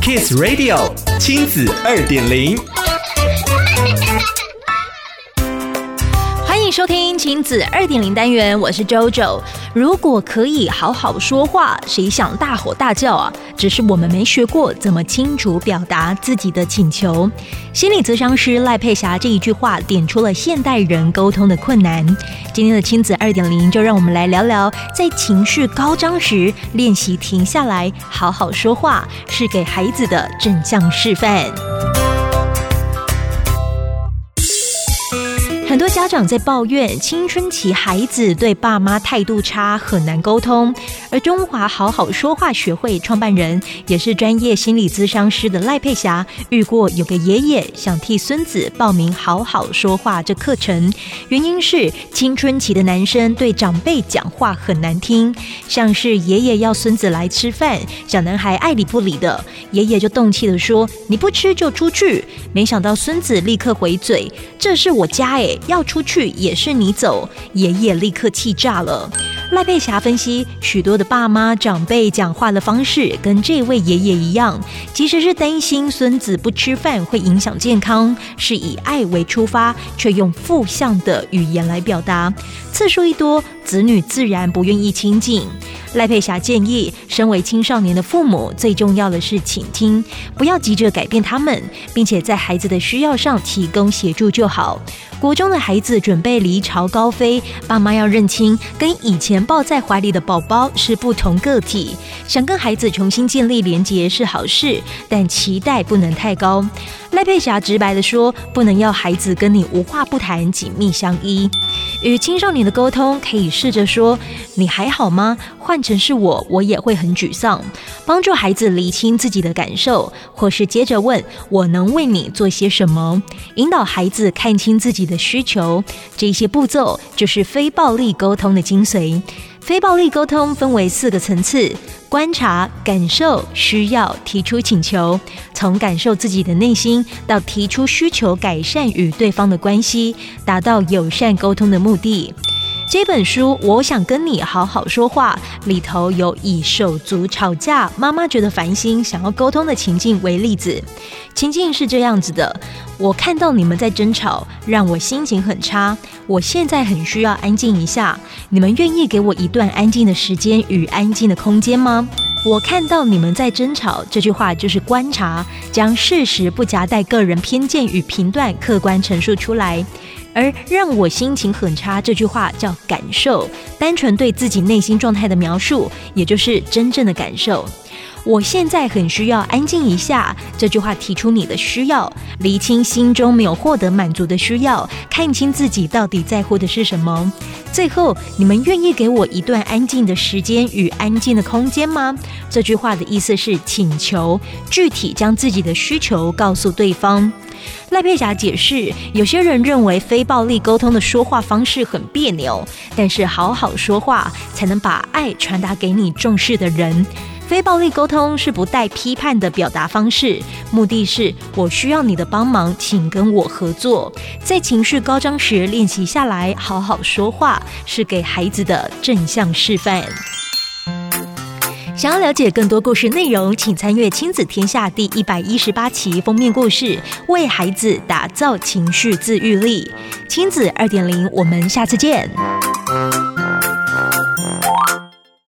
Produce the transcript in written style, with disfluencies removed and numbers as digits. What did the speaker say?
Kids Radio 亲子2.0。 欢迎收听亲子2.0单元，我是 JoJo。如果可以好好说话，谁想大吼大叫啊？只是我们没学过怎么清楚表达自己的请求。心理咨商师赖佩霞这一句话点出了现代人沟通的困难。今天的亲子2.0就让我们来聊聊，在情绪高涨时练习停下来好好说话，是给孩子的正向示范。很多家长在抱怨青春期孩子对爸妈态度差，很难沟通。而中华好好说话学会创办人，也是专业心理咨商师的赖佩霞，遇过有个爷爷想替孙子报名好好说话这课程，原因是青春期的男生对长辈讲话很难听，像是爷爷要孙子来吃饭，小男孩爱理不理的，爷爷就动气地说：“你不吃就出去。”没想到孙子立刻回嘴：“这是我家要出去也是你走。”爷爷立刻气炸了。赖佩霞分析，许多的爸妈长辈讲话的方式跟这位爷爷一样，其实是担心孙子不吃饭会影响健康，是以爱为出发，却用负向的语言来表达，次数一多，子女自然不愿意亲近。赖佩霞建议，身为青少年的父母，最重要的是倾听，不要急着改变他们，并且在孩子的需要上提供协助就好。国中的孩子准备离巢高飞，爸妈要认清跟以前抱在怀里的宝宝是不同个体，想跟孩子重新建立连结是好事，但期待不能太高。赖佩霞直白地说，不能要孩子跟你无话不谈，紧密相依。与青少年的沟通，可以试着说：“你还好吗？”换成是我也会很沮丧。帮助孩子厘清自己的感受，或是接着问：“我能为你做些什么？”引导孩子看清自己的需求。这些步骤就是非暴力沟通的精髓。非暴力沟通分为4个层次：观察、感受、需要、提出请求。从感受自己的内心到提出需求，改善与对方的关系，达到友善沟通的目的。这本书《我想跟你好好说话》里头有以手足吵架，妈妈觉得烦心，想要沟通的情境为例子。情境是这样子的：我看到你们在争吵，让我心情很差，我现在很需要安静一下，你们愿意给我一段安静的时间与安静的空间吗？我看到你们在争吵，这句话就是观察，将事实不夹带个人偏见与评断，客观陈述出来。而让我心情很差这句话叫感受，单纯对自己内心状态的描述，也就是真正的感受。我现在很需要安静一下，这句话提出你的需要，厘清心中没有获得满足的需要，看清自己到底在乎的是什么。最后，你们愿意给我一段安静的时间与安静的空间吗？这句话的意思是请求，具体将自己的需求告诉对方。赖佩霞解释，有些人认为非暴力沟通的说话方式很别扭，但是好好说话才能把爱传达给你重视的人。非暴力沟通是不带批判的表达方式，目的是我需要你的帮忙，请跟我合作。在情绪高涨时练习下来，好好说话，是给孩子的正向示范。想要了解更多故事内容，请参阅《亲子天下》第118期封面故事，为孩子打造情绪自愈力。亲子2.0，我们下次见。